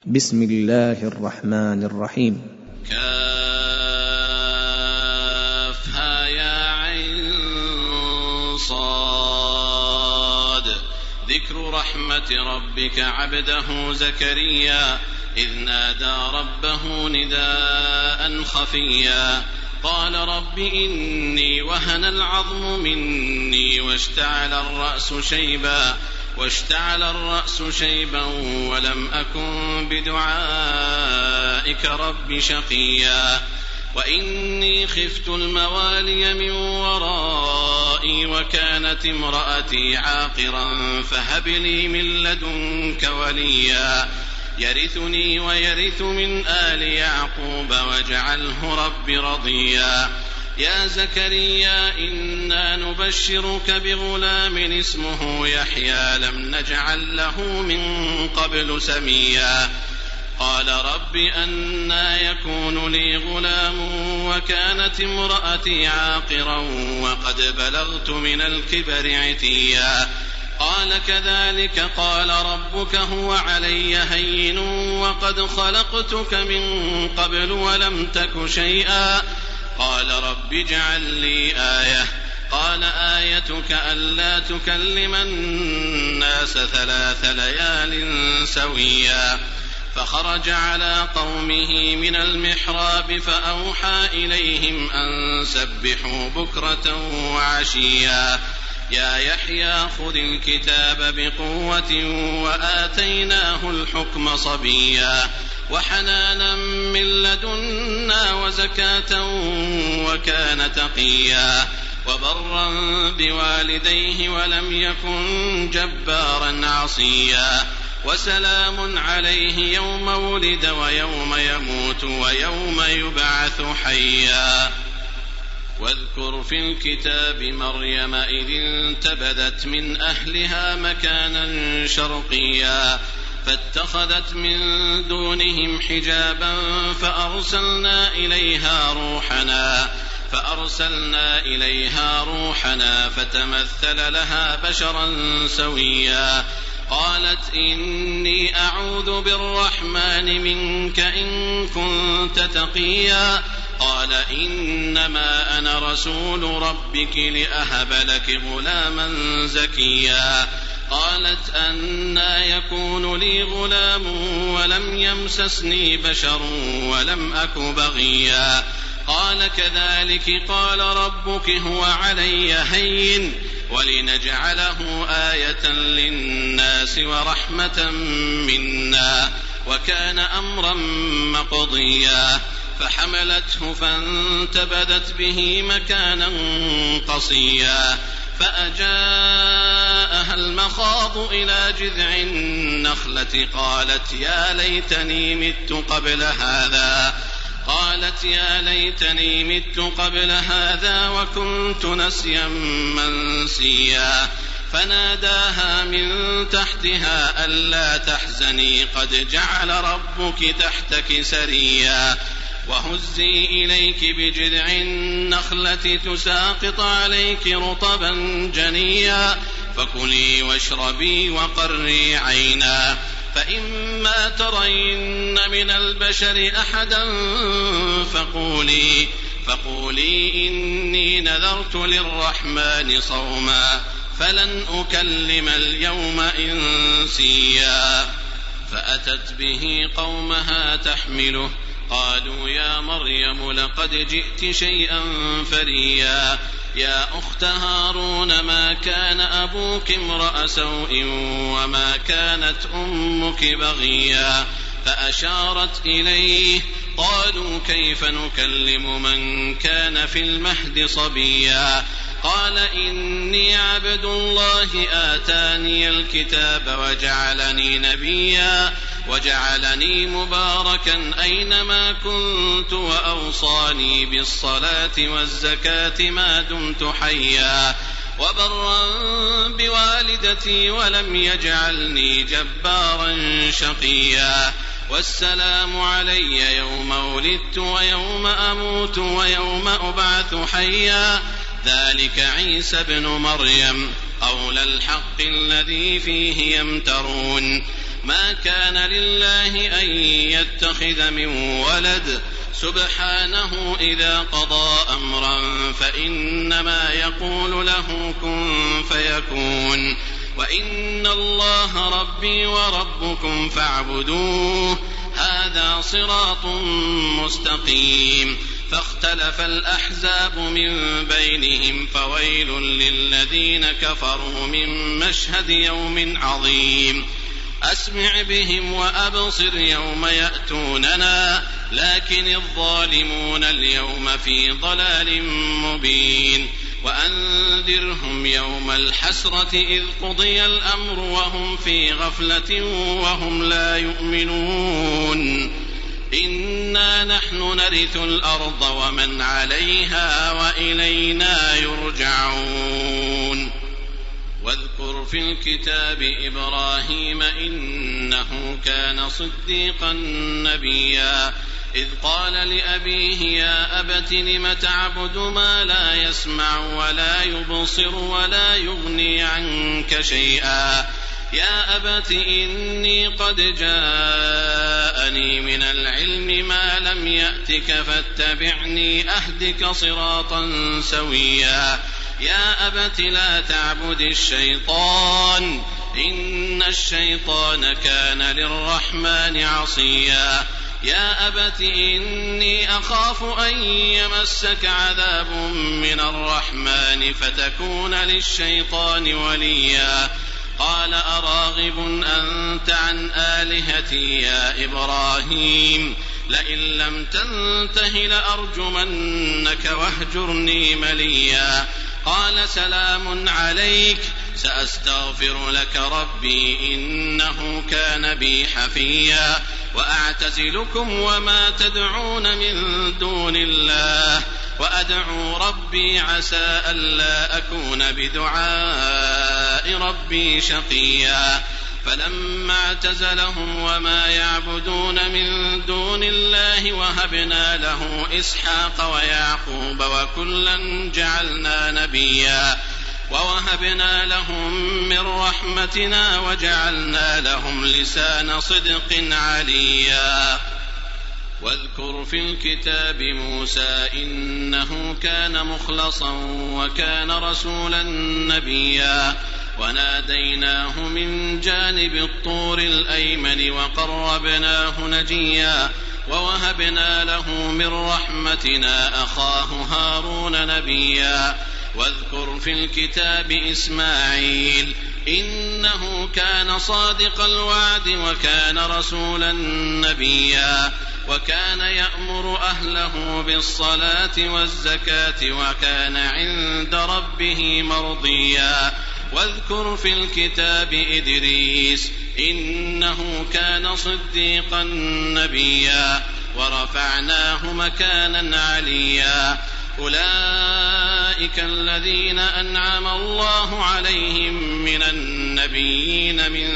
بسم الله الرحمن الرحيم. كافها يا عين صاد. ذكر رحمة ربك عبده زكريا إذ نادى ربه نداء خفيا قال رب إني وهن العظم مني واشتعل الرأس شيبا ولم أكن بدعائك رب شقيا وإني خفت الموالي من ورائي وكانت امرأتي عاقرا فهب لي من لدنك وليا يرثني ويرث من آل يعقوب واجعله رب رضيا يا زكريا إنا نبشرك بغلام اسمه يحيى لم نجعل له من قبل سميا قال رب أنى يكون لي غلام وكانت امرأتي عاقرا وقد بلغت من الكبر عتيا قال كذلك قال ربك هو علي هين وقد خلقتك من قبل ولم تك شيئا قال رب اجعل لي آية قال آيتك ألا تكلم الناس 3 ليال سويا فخرج على قومه من المحراب فأوحى إليهم أن سبحوا بكرة وعشيا يا يحيى خذ الكتاب بقوة وآتيناه الحكم صبيا وحنانا من لدنا وزكاة وكان تقيا وبرا بوالديه ولم يكن جبارا عصيا وسلام عليه يوم ولد ويوم يموت ويوم يبعث حيا واذكر في الكتاب مريم إذ انتبذت من أهلها مكانا شرقيا فاتخذت من دونهم حجابا فأرسلنا إليها روحنا فتمثل لها بشرا سويا قالت إني أعوذ بالرحمن منك إن كنت تقيا قال إنما أنا رسول ربك لأهب لك غلاما زكيا قالت أنى يكون لي غلام ولم يمسسني بشر ولم أك بغيا قال كذلك قال ربك هو علي هين ولنجعله آية للناس ورحمة منا وكان أمرا مقضيا فحملته فانتبذت به مكانا قصيا فأجاءها المخاض إلى جذع النخلة قالت يا ليتني مت قبل هذا وكنت نسيا منسيا فناداها من تحتها ألا تحزني قد جعل ربك تحتك سريا وهزي إليك بجذع النخلة تساقط عليك رطبا جنيا فكلي واشربي وقري عينا فإما ترين من البشر أحدا فقولي إني نذرت للرحمن صوما فلن أكلم اليوم إنسيا فأتت به قومها تحمله قالوا يا مريم لقد جئت شيئا فريا يا أخت هارون ما كان أبوك امرأ سوء وما كانت أمك بغيا فأشارت إليه قالوا كيف نكلم من كان في المهد صبيا قال إني عبد الله آتاني الكتاب وجعلني نبيا وجعلني مباركا أينما كنت وأوصاني بالصلاة والزكاة ما دمت حيا وبرا بوالدتي ولم يجعلني جبارا شقيا والسلام علي يوم ولدت ويوم أموت ويوم أبعث حيا ذلك عيسى ابن مريم قول الحق الذي فيه يمترون ما كان لله أن يتخذ من ولد سبحانه إذا قضى أمرا فإنما يقول له كن فيكون وإن الله ربي وربكم فاعبدوه هذا صراط مستقيم فاختلف الأحزاب من بينهم فويل للذين كفروا من مشهد يوم عظيم أسمع بهم وأبصر يوم يأتوننا لكن الظالمون اليوم في ضلال مبين وأنذرهم يوم الحسرة إذ قضي الأمر وهم في غفلة وهم لا يؤمنون إنا نحن نرث الأرض ومن عليها وإلينا يرجعون واذكر في الكتاب إبراهيم إنه كان صديقا نبيا إذ قال لأبيه يا أبت لم تعبد ما لا يسمع ولا يبصر ولا يغني عنك شيئا يا أبت إني قد جاءني من العلم ما لم يأتك فاتبعني أهدك صراطا سويا يا أبت لا تعبد الشيطان إن الشيطان كان للرحمن عصيا يا أبت إني أخاف أن يمسك عذاب من الرحمن فتكون للشيطان وليا قال أراغب أنت عن آلهتي يا إبراهيم لئن لم تنته لأرجمنك واهجرني مليا قال سلام عليك سأستغفر لك ربي إنه كان بي حفيا وأعتزلكم وما تدعون من دون الله وأدعو ربي عسى ألا أكون بدعاء ربي شقيا فلما اعتزلهم وما يعبدون من دون الله وهبنا له إسحاق ويعقوب وكلا جعلنا نبيا ووهبنا لهم من رحمتنا وجعلنا لهم لسان صدق عليا واذكر في الكتاب موسى إنه كان مخلصا وكان رسولا نبيا وناديناه من جانب الطور الأيمن وقربناه نجيا ووهبنا له من رحمتنا أخاه هارون نبيا واذكر في الكتاب إسماعيل إنه كان صادق الوعد وكان رسولا نبيا وكان يأمر أهله بالصلاة والزكاة وكان عند ربه مرضيا واذكر في الكتاب إدريس إنه كان صديقا نبيا ورفعناه مكانا عليا أولئك الذين أنعم الله عليهم من النبيين من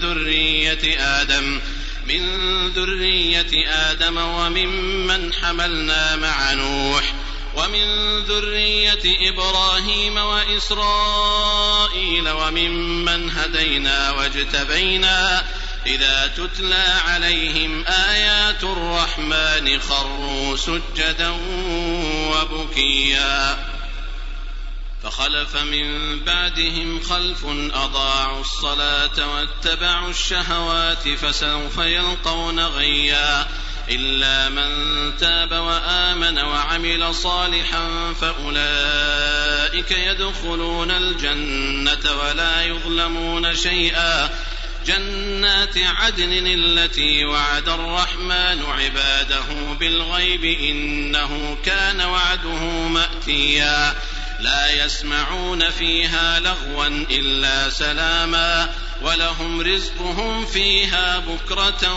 ذرية آدم وممن حملنا مع نوح ومن ذرية إبراهيم وإسرائيل وممن هدينا واجتبينا إذا تتلى عليهم آيات الرحمن خروا سجدا وبكيا فخلف من بعدهم خلف أضاعوا الصلاة واتبعوا الشهوات فسوف يلقون غيا إلا من تاب وآمن وعمل صالحا فأولئك يدخلون الجنة ولا يظلمون شيئا جنات عدن التي وعد الرحمن عباده بالغيب إنه كان وعده مأتيا لا يسمعون فيها لغوا إلا سلاما ولهم رزقهم فيها بكرة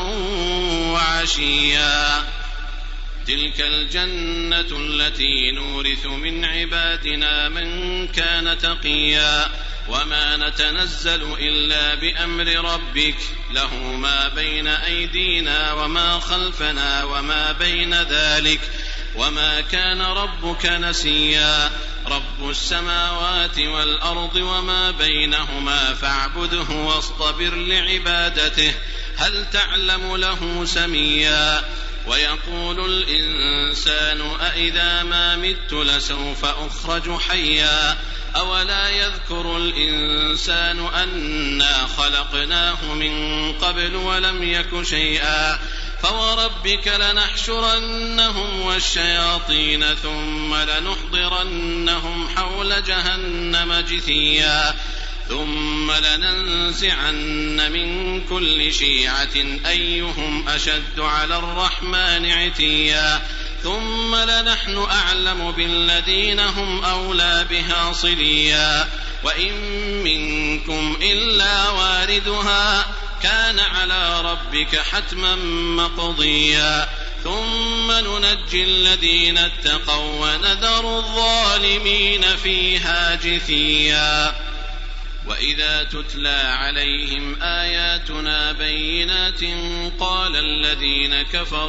وعشيا تلك الجنة التي نورث من عبادنا من كان تقيا وما نتنزل إلا بأمر ربك له ما بين أيدينا وما خلفنا وما بين ذلك وما كان ربك نسيا رب السماوات والأرض وما بينهما فاعبده واصطبر لعبادته هل تعلم له سميا ويقول الإنسان أإذا ما مت لسوف أخرج حيا أولا يذكر الإنسان أنا خلقناه من قبل ولم يك شيئا فوربك لنحشرنهم والشياطين ثم لنحضرنهم حول جهنم جثيا ثم لننزعن من كل شيعة أيهم أشد على الرحمن عتيا ثم لنحن أعلم بالذين هم أولى بها صليا وإن منكم إلا واردها كان على ربك حتما مقضيا ثم ننجي الذين اتقوا ونذر الظالمين فيها جثيا وإذا تتلى عليهم آياتنا بينات قال الذين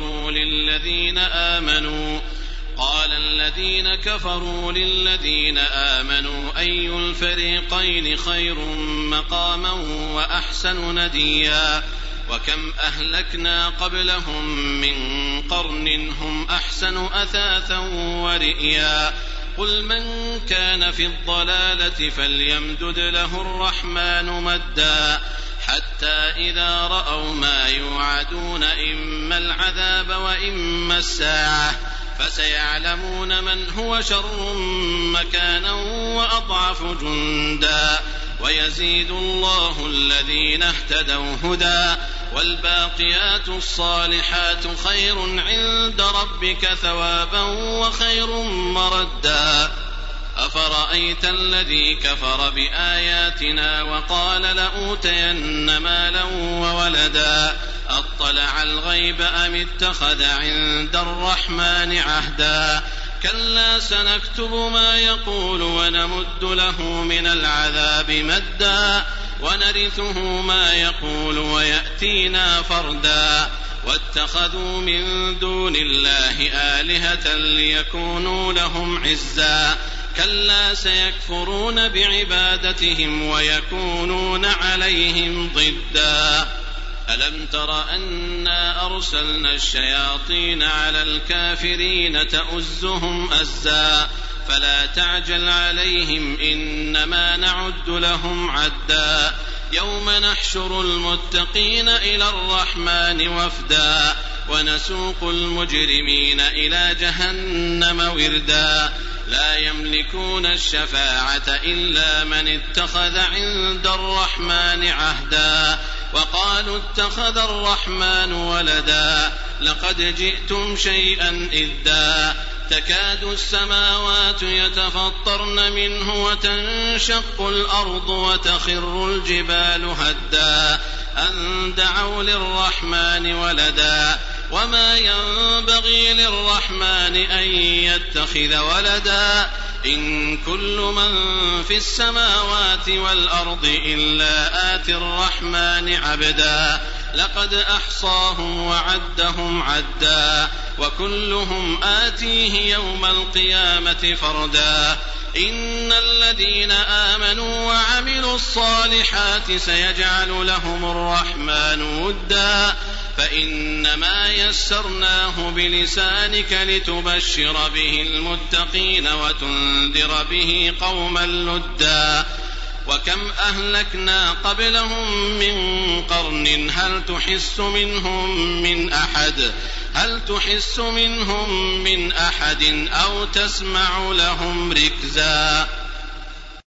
كفروا للذين آمنوا أي الفريقين خير مقاما وأحسن نديا وكم أهلكنا قبلهم من قرن هم أحسن أثاثا ورئيا قل من كان في الضلالة فليمدد له الرحمن مدا حتى إذا رأوا ما يوعدون إما العذاب وإما الساعة فسيعلمون من هو شر مكانا وأضعف جندا ويزيد الله الذين اهتدوا هدى والباقيات الصالحات خير عند ربك ثوابا وخير مردا أفرأيت الذي كفر بآياتنا وقال لأوتين مالا وولدا أطلع الغيب أم اتخذ عند الرحمن عهدا كلا سنكتب ما يقول ونمد له من العذاب مدا ونرثه ما يقول ويأتينا فردا واتخذوا من دون الله آلهة ليكونوا لهم عزا كلا سيكفرون بعبادتهم ويكونون عليهم ضدا ألم تر أنا أرسلنا الشياطين على الكافرين تؤزهم أزا فلا تعجل عليهم إنما نعد لهم عدا يوم نحشر المتقين إلى الرحمن وفدا ونسوق المجرمين إلى جهنم وردا لا يملكون الشفاعة إلا من اتخذ عند الرحمن عهدا وقالوا اتخذ الرحمن ولدا لقد جئتم شيئا إدا تكاد السماوات يتفطرن منه وتنشق الأرض وتخر الجبال هدا أن دعوا للرحمن ولدا وما ينبغي للرحمن أن يتخذ ولدا إن كل من في السماوات والأرض إلا آتي الرحمن عبدا لقد أحصاهم وعدهم عدا وكلهم آتيه يوم القيامة فردا إن الذين آمنوا وعملوا الصالحات سيجعل لهم الرحمن ودا فإنما يسرناه بلسانك لتبشر به المتقين وتنذر به قوما لدا وكم أهلكنا قبلهم من قرن هل تحس منهم من أحد أو تسمع لهم ركزا